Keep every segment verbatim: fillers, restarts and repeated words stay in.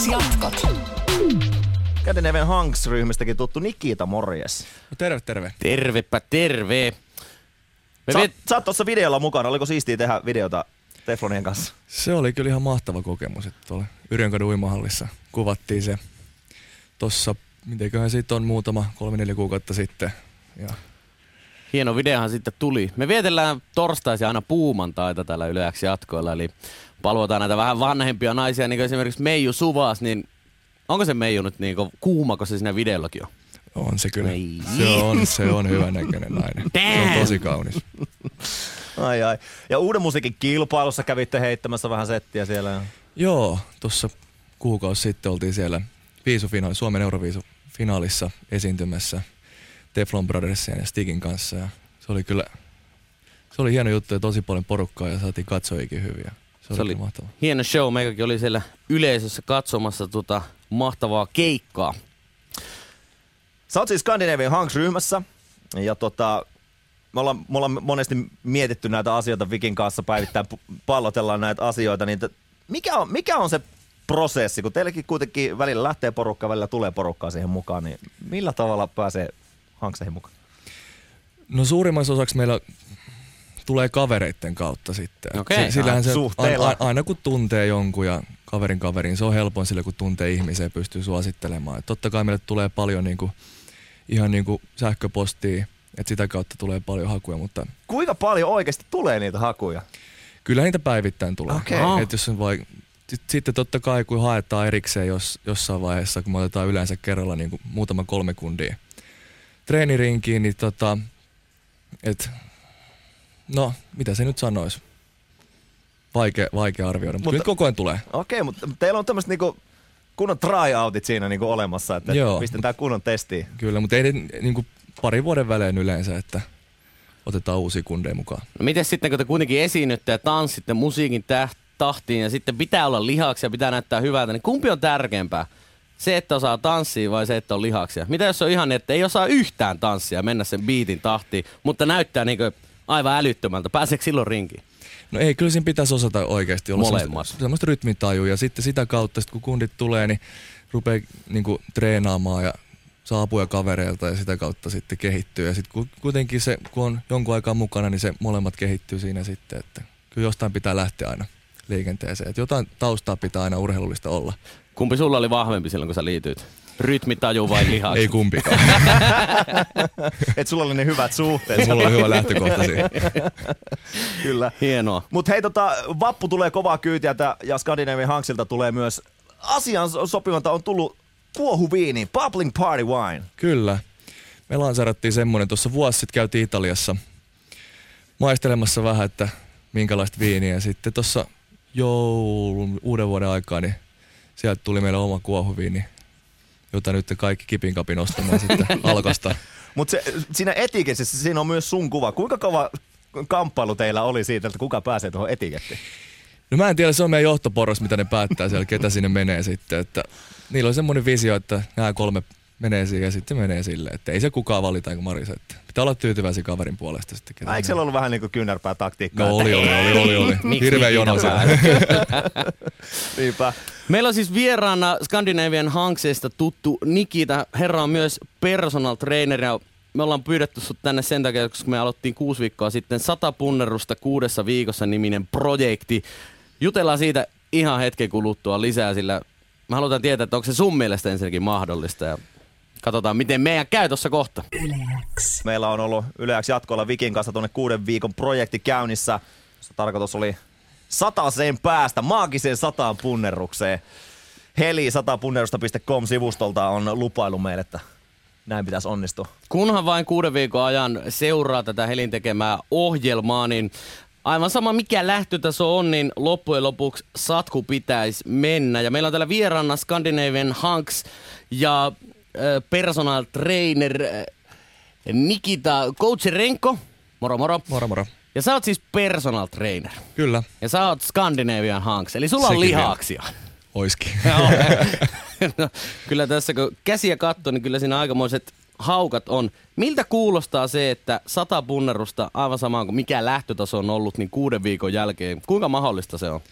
Yleäks jatkot. Scandinavian Hunks-ryhmästäkin tuttu Nikita, morjes. No terve, terve. Tervepä terve. Me Sä, viet... sä oot tuossa videolla mukana. Oliko siistiä tehdä videota Teflonien kanssa? Se oli kyllä ihan mahtava kokemus, että tuolla Yrjönkadun uimahallissa kuvattiin se tossa, mitenköhän siitä on muutama kolme neljä kuukautta sitten. Ja Hieno videohan sitten tuli. Me vietellään torstaisin aina puumantaita täällä Yleäks jatkoilla, eli palvotaan näitä vähän vanhempia naisia, niin kuin esimerkiksi Meiju Suvas, niin onko se Meiju nyt niin kuuma, kun se siinä videollakin on? on se kyllä. Ei. Se on, se on hyvän näköinen nainen. Se on tosi kaunis. Ai ai. Ja uuden musiikin kilpailussa kävitte heittämässä vähän settiä siellä. Joo, tuossa kuukausi sitten oltiin siellä viisufinaali, Suomen Euroviisufinaalissa esiintymässä Teflon Brothersien ja Stigin kanssa. Ja se oli kyllä, se oli hieno juttu ja tosi paljon porukkaa ja saatiin katsojikin hyviä. Se oli, Se oli mahtavaa. hieno show. Meikäkin oli siellä yleisössä katsomassa tota mahtavaa keikkaa. Sä oot siis Scandinavian Hunks-ryhmässä ja tota, me ollaan, me ollaan monesti mietitty näitä asioita Vikin kanssa, päivittäin pallotellaan näitä asioita, niin mikä on, mikä on se prosessi, kun teillekin kuitenkin välillä lähtee porukkaa, välillä tulee porukkaa siihen mukaan, niin millä tavalla pääsee Hunkseihin mukaan? No suurimmaksi osaksi meillä tulee kavereitten kautta sitten. Okei. Sillähän se, Suhteilla. a, aina kun tuntee jonkun ja kaverin kaverin, se on helpoin sille, kun tuntee ihmisiä ja pystyy suosittelemaan. Et totta kai meille tulee paljon niinku, ihan niinku sähköpostia, että sitä kautta tulee paljon hakuja, mutta Kuinka paljon oikeasti tulee niitä hakuja? kyllä niitä päivittäin tulee. Okei. Et jos on vai, sit, sitten totta kai kun haetaan erikseen jos, jossain vaiheessa, kun me otetaan yleensä kerralla niinku muutama kolme kundia treenirinkiin, niin tota, et, no mitä se nyt sanoisi? Vaikea, vaikea arvioida, mutta Mutta- kyllä koko ajan tulee. Okei, mutta teillä on tämmöiset niinku kunnon tryoutit siinä niinku olemassa, että Joo. pistetään kunnon testiin. Kyllä, mutta ei ne niinku pari vuoden välein yleensä, että otetaan uusia kundeja mukaan. No miten sitten, kun te kuitenkin esiinnytte ja tanssitte musiikin täht- tahtiin ja sitten pitää olla lihaksia, pitää näyttää hyvältä, niin kumpi on tärkeämpää? Se, että osaa tanssia vai se, että on lihaksia? Mitä jos on ihan niin, että ei osaa yhtään tanssia ja mennä sen biitin tahtiin, mutta näyttää niin aivan älyttömältä? Pääseekö silloin rinkiin? No ei, kyllä siinä pitäisi osata oikeasti olla Molemmat. semmoista, semmoista rytmitajua ja sitten sitä kautta, sit kun kundit tulee, niin rupeaa niinku treenaamaan ja saa apuja kavereilta ja sitä kautta sitten kehittyy. Ja sitten kuitenkin se, kun on jonkun aikaa mukana, niin se molemmat kehittyy siinä sitten, että kyllä jostain pitää lähteä aina liikenteeseen. Että jotain taustaa pitää aina urheilullista olla. Kumpi sulla oli vahvempi silloin, kun sä liityit? Rytmitaju vai lihaksia? Ei kumpikaan. Et sulla oli ne hyvät suhteet. Mulla on hyvä lähtökohta siinä. Kyllä. Hienoa. Mutta hei, tota, vappu tulee kovaa kyytiä tää- ja Scandinavian Hunksilta tulee myös asian sopivanta on tullut kuohuviini, Bubbling Party Wine. Kyllä. Me lanseerattiin semmoinen, tuossa vuosi sitten käytiin Italiassa maistelemassa vähän, että minkälaista viiniä. Ja sitten tuossa joulun, uuden vuoden aikaa, niin sieltä tuli meille oma kuohuviini, jota nyt kaikki kipin kapin ostamaan sitten Alkosta. Mutta siinä etiketissä siinä on myös sun kuva. Kuinka kova kamppailu teillä oli siitä, että kuka pääsee tuohon etikettiin? No mä en tiedä, se on meidän johtoporras, mitä ne päättää siellä, ketä sinne menee sitten. Että niillä on semmoinen visio, että nämä kolme menee siihen ja sitten menee silleen. Että ei se kukaan valita, kuin Maris. Että pitää olla tyytyväisiä kaverin puolesta sitten. ketä Ai, eikö menee. siellä ollut vähän niin kuin kyynärpää taktiikkaa? No oli, oli, oli, oli, oli. Miksi Hirveä Nikita jono siellä. Niinpä. Meillä on siis vieraana Scandinavian Hunksista tuttu Nikita. Herra on myös personal trainer ja me ollaan pyydetty sut tänne sen takia, koska me aloittiin kuusi viikkoa sitten sata punnerusta kuudessa viikossa niminen projekti. Jutellaan siitä ihan hetken kuluttua lisää, sillä me halutaan tietää, että onko se sun mielestä ensinnäkin mahdollista ja katsotaan, miten meidän käy tossa kohta. Yleäks. Meillä on ollut Yleäks jatkoilla Vikin kanssa tuonne kuuden viikon projekti käynnissä. Tarkoitus oli sataseen päästä, maagiseen sataan punnerukseen. Heli satapunnerusta piste com-sivustolta on lupailu meille, että näin pitäisi onnistua. Kunhan vain kuuden viikon ajan seuraa tätä Helin tekemää ohjelmaa, niin aivan sama mikä lähtötaso on, niin loppujen lopuksi satku pitäisi mennä. Ja meillä on täällä vieraana Scandinavian Hunks ja äh, personal trainer äh, Nikita Koutserenko. Moro moro. Moro moro. Ja sä oot siis personal trainer. Kyllä, Ja sä oot Scandinavian Hunks, eli sulla on Sekin lihaksia. oiskin. Joo. No, kyllä tässä kun käsiä katsoo, niin kyllä siinä aikamoiset haukat on. Miltä kuulostaa se, että sata punnerusta aivan samaan kuin mikä lähtötaso on ollut, niin kuuden viikon jälkeen? Kuinka mahdollista se on?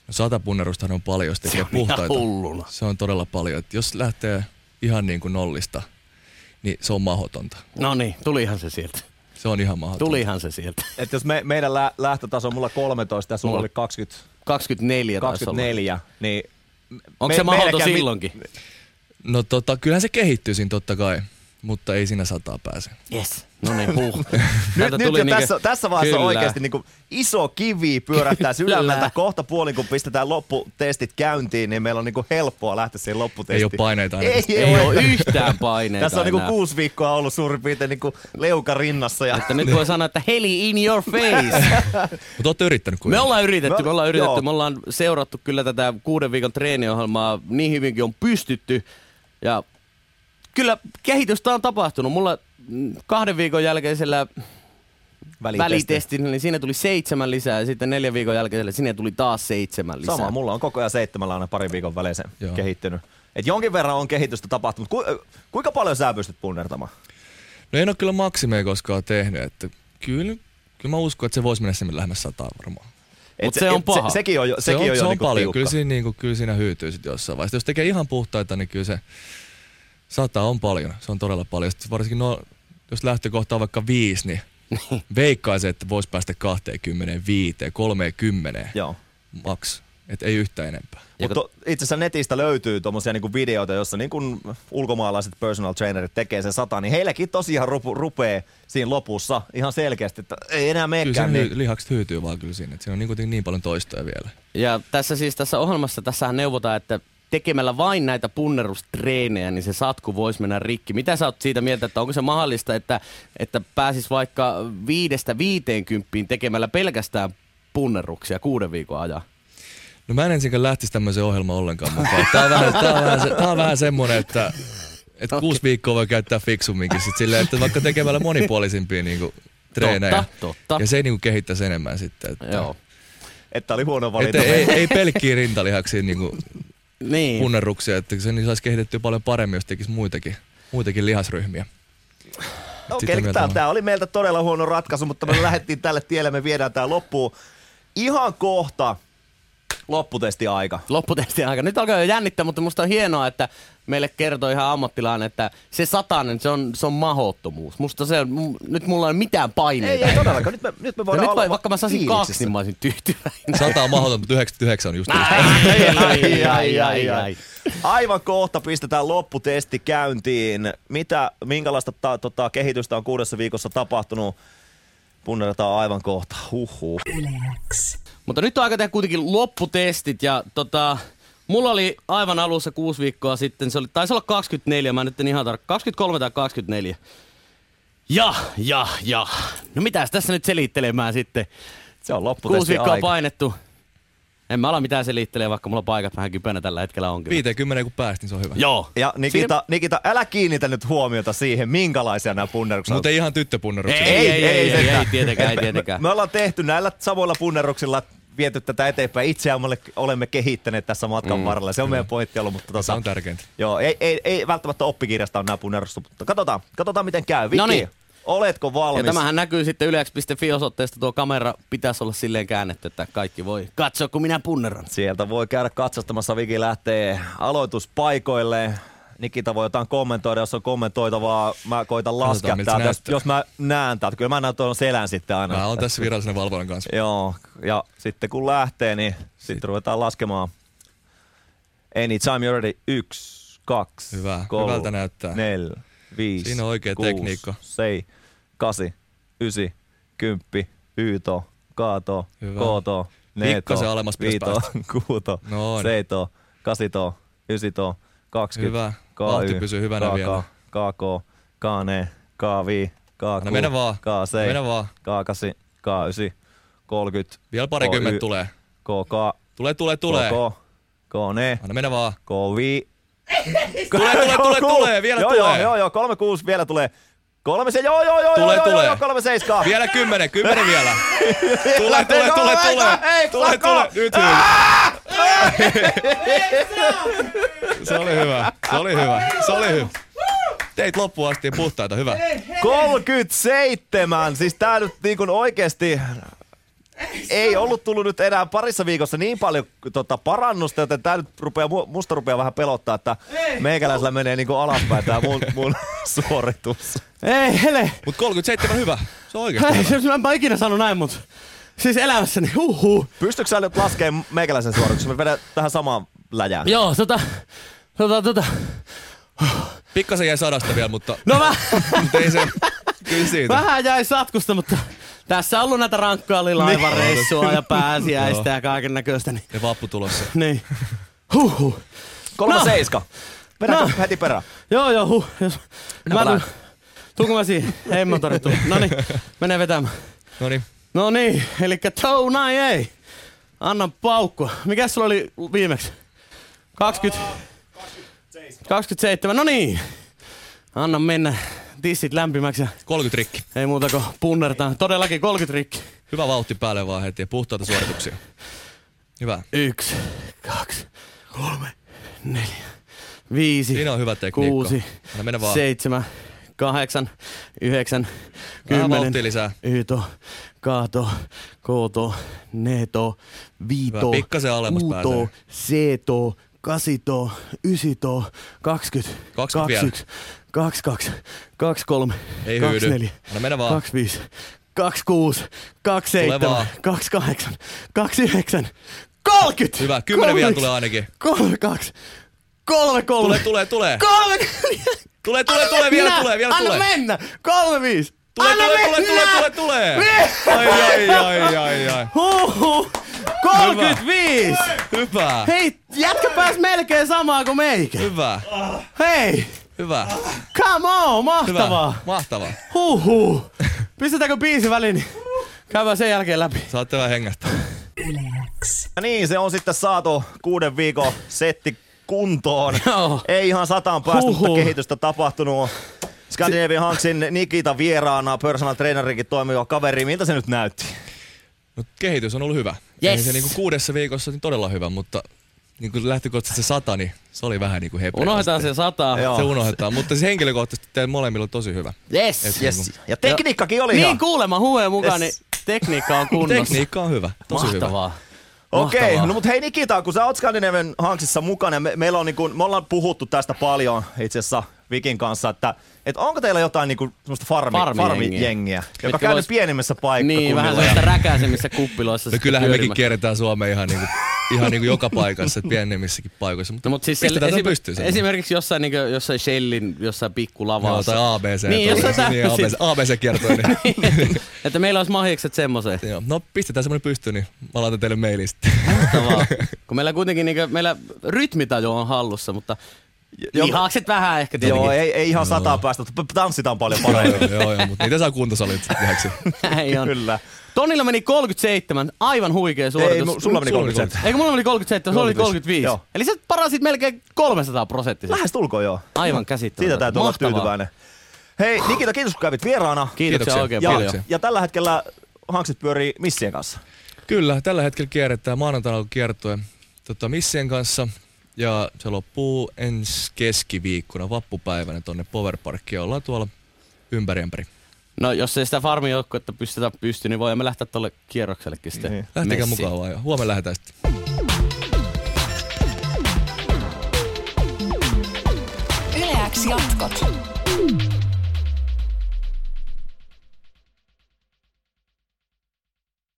Sata punnerusta on paljon, jos tekee puhtaita. Se on todella paljon. Et jos lähtee ihan niin kuin nollista, niin se on mahdotonta. No niin, tulihan se sieltä. Se on ihan mahdotonta. Tulihan se sieltä. Et jos me, meidän lä- lähtötaso on mulla kolmetoista ja sulla mulla oli kaksikymmentä, kaksikymmentäneljä, kaksikymmentäneljä niin onko me, se mahdoton silloinkin? Mi- no tota, kyllähän se kehittyy siinä totta kai, mutta ei siinä sataa pääse. Yes. No niin, huh. nyt nyt tuli jo niinku, tässä, tässä vaiheessa kyllä. oikeasti niinku iso kivi pyörähtää sydämeltä kohta puolin, kun pistetään lopputestit käyntiin, niin meillä on niinku helppoa lähteä siihen lopputestiin. Ei ole paineita aina. Ei, ei, ei ole yhtään paineita. Tässä on niinku enää. kuusi viikkoa ollut suurin piirtein niinku leuka rinnassa. Ja Että nyt voi sanoa, että heli in your face. Mutta ootte yrittänyt kuinka? Me ollaan yritetty, Me- me ollaan yritetty. joo. Me ollaan seurattu kyllä tätä kuuden viikon treeniohjelmaa niin hyvinkin on pystytty. Ja kyllä kehitystä on tapahtunut. Mulla mm, kahden viikon jälkeisellä Välitesti. välitestillä, niin siinä tuli seitsemän lisää ja sitten neljän viikon jälkeisellä sinne tuli taas seitsemän lisää. Sama, mulla on koko ajan seitsemällä aina parin viikon välein se Joo. kehittynyt. Et jonkin verran on kehitystä tapahtunut. Ku, kuinka paljon sä pystyt punnertamaan? No en ole kyllä maksimeja koskaan tehnyt, että kyllä, kyllä mä uskon, että se voisi mennä semmin lähemmäs sataa varmaan. Et Mut se on paha. Se, sekin on jo, Se sekin on, on, se jo on niinku paljon, tiukka. kyllä siinä, niinku, kyllä siinä hyytyy sitten jossain vaiheessa. Jos tekee ihan puhtaita, niin kyllä se sata on paljon, se on todella paljon. Sitten varsinkin no, jos lähtökohta on vaikka viisi, niin veikkaisin, että voisi päästä kaksikymmentäviisi, kolmekymmentä Joo. maks, että ei yhtään enempää. Mutta itse asiassa netistä löytyy tommosia niinku videoita, jossa niinku ulkomaalaiset personal trainerit tekee sen sata, niin heilläkin tosiaan rupu, rupee siinä lopussa ihan selkeästi, että ei enää Kyllä meekään. siinä Niin. hy- lihakset hyytyy vaan kyllä siinä, että siinä on niin, kuitenkin niin paljon toistoja vielä. Ja tässä siis tässä ohjelmassa tässähän neuvotaan, että tekemällä vain näitä punnerustreenejä, niin se satku voisi mennä rikki. Mitä sä oot siitä mieltä, että onko se mahdollista, että, että pääsis vaikka viidestä viiteenkymppiin tekemällä pelkästään punneruksia kuuden viikon ajan? No mä en ensinkään lähtisi tämmöiseen ohjelmaan ollenkaan mukaan. Tää on vähän, tää on vähän, se, tää on vähän semmonen, että, että Okei. kuusi viikkoa voi käyttää fiksumminkin. Sit silleen, että vaikka tekemällä monipuolisimpia niinku treenejä. Totta, totta. Ja se ei niinku kehittäisi enemmän sitten. Että, Joo. Että oli huono valinta. että ei, ei pelkkiä rintalihaksia niinku Niin. punnerruksia, että se niin saisi kehitettyä paljon paremmin, jos tekisi muitakin, muitakin lihasryhmiä. Okei, Sitä okay, mieltä tämä, on. tämä oli meiltä todella huono ratkaisu, mutta me lähdettiin tälle tielle, me viedään tämä loppuun. Ihan kohta lopputesti aika. Lopputestin aika. Nyt alkaa jo jännittää, mutta musta on hienoa, että meille kertoo ihan ammattilainen, että se satanen, se on, se on mahottomuus. Musta se, m- nyt mulla ei ole mitään paineita. Ei, ei todellakaan. Nyt me, nyt me No voidaan nyt olla vai, vaikka mä saisin fiiliksissä. kaksi, niin mä olisin tyytyväinen. Sata on mahdoton, mutta yhdeksänkymmentäyhdeksän on just just. Ai, ai, ai, ai, ai. Aivan kohta pistetään lopputesti käyntiin. Mitä, minkälaista ta, tota, kehitystä on kuudessa viikossa tapahtunut? Punnerataan aivan kohta. Huhhuh. Mutta nyt on aika tehdä kuitenkin lopputestit ja tota, mulla oli aivan alussa kuusi viikkoa sitten, se oli, taisi olla kaksikymmentäneljä, mä nyt en ihan tarkkaan, kaksikymmentäkolme tai kaksikymmentäneljä. Ja, ja, ja. No mitäs tässä nyt selittelemään sitten? Se on Kuusi lopputesti viikkoa aika. painettu. En mä ala mitään selittelee, vaikka mulla paikat vähän kypänä tällä hetkellä onkin. viisikymmentä kun päästin, niin se on hyvä. Joo. Ja Nikita, Nikita, älä kiinnitä nyt huomiota siihen, minkälaisia nämä punnerukset Mutta ei ihan tyttöpunneruksia. Ei, ei, ei, ei, ei, sentään. ei tietenkään, ei Me- tietenkään. Me, me ollaan tehty näillä samoilla punneruksilla, viety tätä eteenpäin. Itseämme olemme kehittäneet tässä matkan mm, varrella. Se on meidän pointti ollut, mutta Se tota, on tärkeintä. joo, ei, ei, ei välttämättä oppikirjasta on nämä punnerukset, mutta katsotaan, katsotaan miten käy. Viki, Noniin. oletko valmis? Ja tämähän näkyy sitten yle x piste fi osoitteesta, tuo kamera pitäisi olla silleen käännetty, että kaikki voi katsoa, kun minä punneran. Sieltä voi käydä katsastamassa. Viki lähtee aloituspaikoille. Nikita voi jotain kommentoida, jos on kommentoitavaa. Mä koitan laskea Katsotaan, miltä se täältä, jos, näyttää. jos mä näen täältä. Kyllä mä näen tuon selän sitten aina. Mä oon tässä virallisen valvonnan kanssa. Joo, ja sitten kun lähtee, niin sitten ruvetaan laskemaan. Anytime you're ready. Yksi, kaksi, Hyvä. kolme, Hyvältä näyttää. neljä, viisi, Siinä on oikea kuusi, tekniikka. sei, kasi, ysi, kymppi, yyto, kaato, Hyvä. kooto, neeto, Pikkasen alemmas pitäisi viito, kuuto, Noin. seito, kasito, ysito, kaksikymmentä, Hyvä. kaa Vauhti y, pysyy hyvänä kaa vielä. ka, kaako, kaane, kaavi, kaaku, Anna mennä vaan. kaasei, Mennä vaan. kaakasi, kaahysi, kolmekymmentä, Vielä parikymmentä tulee. kk, Tulee, tulee, tulee. kk, kone, Anna mennä vaan. kovi. Tulee, tulee, tulee, tulee. Vielä joo, tulee. Joo, joo, joo, kolme kuusi vielä tulee. Kolme se, joo, joo, joo, Tulee, joo, tulee. joo, joo, kolme seiskaa. Vielä kymmenen, kymmenen vielä. Tulee, tulee, tulee, tulee. Ei, Tulee, lakko. tulee. Nyt hyvä. Se oli hyvä. Se oli hyvä. Se oli hyvä. Teit loppuun asti puhtaita. Hyvä. kolmekymmentäseitsemän, siis tää nyt niin kuin oikeesti, ei ollut tullut nyt enää parissa viikossa niin paljon tota, parannusta, joten tää nyt rupeaa, musta rupeaa vähän pelottaa, että ei. Meikäläisellä menee niinku alaspäin tää mun, mun suoritus. Ei, hele. Mut kolmekymmentäseitsemän hyvä. Se on oikeesti Hei, hyvä. mä en ikinä sanonut näin, mut siis elämässäni, huhhuh. Pystytkö sä nyt laskemaan meikäläisen suorituksen? Me vedän tähän samaan läjään. Joo, tota, tota, tota. Pikkasen jäi sadasta vielä, mutta, No mä, mutta ei se, kyllä siitä. vähän jäi satkusta, mutta tässä on ollut näitä rankkaililaivareissua ja pääsiäistä ja kaiken näköistä. Niin, Ja vappu tulossa. niin. Huhhuh. Kolme No. seiska. Vedänkö No. heti perään? Joo, joo, huh. Jos, mä tuun, lähden. tuunko mä siihen? Ei motori tuu. Noniin, menee vetämään. Noniin. No niin, elikkä tou näin ei. Anna paukku. Mikäs sulla oli viimeksi? kaksikymmentä. kaksikymmentäseitsemän, no niin. Anna mennä tissit lämpimäksi ja kolmekymmentä rikki. ei muuta kuin punnertaan. Todellakin kolmekymmentä rikki. Hyvä vauhti päälle vaan heti ja puhtaita suorituksia. Hyvä. Yksi, kaksi, kolme, neljä, viisi, Siinä on hyvä tekniikka. kuusi, Anna mennä vaan. seitsemän, kahdeksan, yhdeksän, Vähän kymmenen, vauhtia lisää. yto, kaato, kooto, neto, viito, Hyvä, pikkasen alemmas kuuto, pääsee. seeto, kasito, ysito, kaksikymmentä, kaksikymmentä vielä. kaksikymmentä, kaksikymmentäkaksi, kaksikymmentäkolme, Ei hyydy. kaksikymmentäneljä, Anna mennä vaan. kaksikymmentäviisi, kaksikymmentäkuusi, kaksikymmentäseitsemän, vaan. kaksikymmentäkahdeksan, kaksikymmentäyhdeksän, kolmekymmentä! Hyvä, kymmenen vielä kolmekymmentä, tulee ainakin. kolmekymmentäkaksi, kolmekymmentäkolme, Tulee, tulee, tulee. kolmekymmentä! Tulee, tulee, Anna tulee, vielä mennä! tulee, vielä Anna tulee. mennä! kolmekymmentäviisi! Tulee, Anna tulee, tulee, mennä! tulee, tulee, tulee. Ai, ai, ai, ai, ai. Huhhuh! kolmekymmentäviisi! Hyvä. Hei, jätkä pääs melkein samaa kuin meikä. Hyvä. Hei! Hyvä. Come on! Mahtavaa! Hyvä. Mahtavaa. Huhhuh! Pistetäänkö biisi väliin, niin käydään sen jälkeen läpi. Saatte vähän hengähtää. Ja niin, se on sitten saatu kuuden viikon setti kuntoon. Joo. Ei ihan sataan päästä, mutta Huhhuh. kehitystä tapahtunut. Scandinavian Hunksin Nikita vieraana, personal trainerikin toimiva kaveri. Miltä se nyt näytti? No, kehitys on ollut hyvä. Yes. Ei se niinku kuudessa viikossa niin todella hyvä, mutta niin kuin lähtökohtaisesti se sata, niin se oli vähän niin kuin hepeä. Unohdetaan se sataa. Joo. Se unohdetaan, mutta se henkilökohtaisesti teillä molemmilla on tosi hyvä. Yes. Et Yes. niinku- Ja tekniikkakin oli Niin ihan. kuulemma huueen mukaan, Yes. niin tekniikka on kunnossa. Tekniikka on hyvä, tosi Mahtavaa. hyvä. Okei, okay, Mahtavaa. no mutta hei Nikita, kun sä oot Scandinavian Hunksissa mukana, me, meillä on niinku, me ollaan puhuttu tästä paljon itse asiassa Vikin kanssa, että et onko teillä jotain niinku semmoista farmi, Farmijengiä. farmijengiä, joka Mitkä käy vois- pienimmissä paikkakunnilla. Niin, vähän ja- sellaista räkäisemmissä kuppiloissa. No sitten kyllähän mekin pyörimässä. kierretään Suomeen ihan, niinku, ihan niinku joka paikassa, että pienemmissäkin paikoissa. Mutta No, mutta siis pistetään esim- esim- pystyyn semmoinen. esimerkiksi jossain, niin kuin, jossain Shellin, jossain Joo, pikkulavassa. tai A B C. Niin, jossain niin, A B C, tämmöisissä. A B C kiertoi. Niin. Että meillä olisi mahikset semmoiseen. Joo, no pistetään semmoinen pystyyn, niin mä laitan teille mailin sitten. Mahtavaa. Kun meillä kuitenkin niin kuin, meillä rytmitaju on hallussa, mutta Jo- lihakset vähän ehkä tietenkin. Joo, ei, ei ihan sataa päästä, mutta tanssitaan paljon paremmin. joo, joo, mutta niitä saa kuntosalit tehdäksi. Näin on. Kyllä. Tonilla meni kolmekymmentäseitsemän, aivan huikea suoritus. Ei, mu- sulla meni kolmekymmentäseitsemän. Eikö mulla meni kolmekymmentäseitsemän, sulla oli kolmekymmentäviisi. kolmekymmentäviisi. Joo. Eli sä parasit melkein kolmesataa prosenttisesti. Lähes tulkoon joo. Aivan käsittämätöntä. Siitä täytyy olla Mahtavaa. tyytyväinen. Hei Nikita, kiitos kun kävit vieraana. Kiitoksia, Kiitoksia. oikein Ja, paljon. Kiitoksia. ja tällä hetkellä Hunksit pyörii missien kanssa. Kyllä, tällä hetkellä kierretään. Maanantaina on kiertue tota, Missien kanssa. Ja se loppuu ensi keskiviikkona vappupäivänä tonne Powerparkkiin. Ollaan tuolla ympäri ympäri. No jos ei sitä farmijoukkuetta pystytä pystyyn, niin voimme lähteä tuolle kierroksellekin sitten. Niin. Lähtekää messiin. mukaan vaan ja huomenna lähdetään sitten. Yle X jatkot.